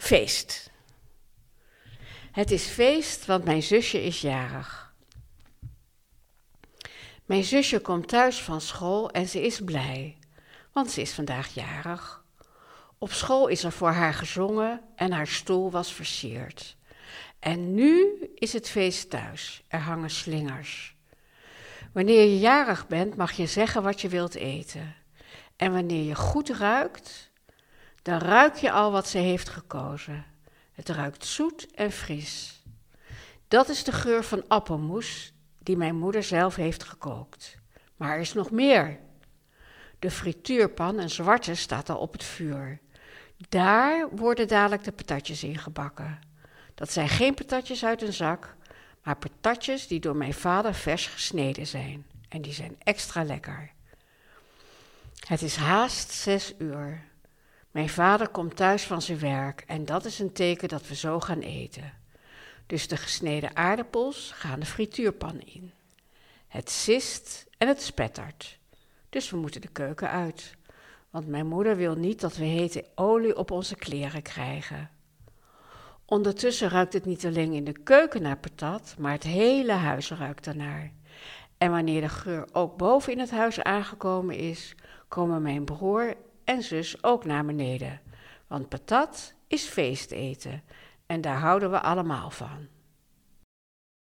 Feest. Het is feest, want mijn zusje is jarig. Mijn zusje komt thuis van school en ze is blij, want ze is vandaag jarig. Op school is er voor haar gezongen en haar stoel was versierd. En nu is het feest thuis, er hangen slingers. Wanneer je jarig bent mag je zeggen wat je wilt eten. En wanneer je goed ruikt, dan ruik je al wat ze heeft gekozen. Het ruikt zoet en fris. Dat is de geur van appelmoes die mijn moeder zelf heeft gekookt. Maar er is nog meer. De frituurpan, een zwarte, staat al op het vuur. Daar worden dadelijk de patatjes in gebakken. Dat zijn geen patatjes uit een zak, maar patatjes die door mijn vader vers gesneden zijn. En die zijn extra lekker. Het is haast 6 uur. Mijn vader komt thuis van zijn werk en dat is een teken dat we zo gaan eten. Dus de gesneden aardappels gaan de frituurpan in. Het sist en het spettert. Dus we moeten de keuken uit. Want mijn moeder wil niet dat we hete olie op onze kleren krijgen. Ondertussen ruikt het niet alleen in de keuken naar patat, maar het hele huis ruikt ernaar. En wanneer de geur ook boven in het huis aangekomen is, komen mijn broer en zus ook naar beneden. Want patat is feesteten en daar houden we allemaal van.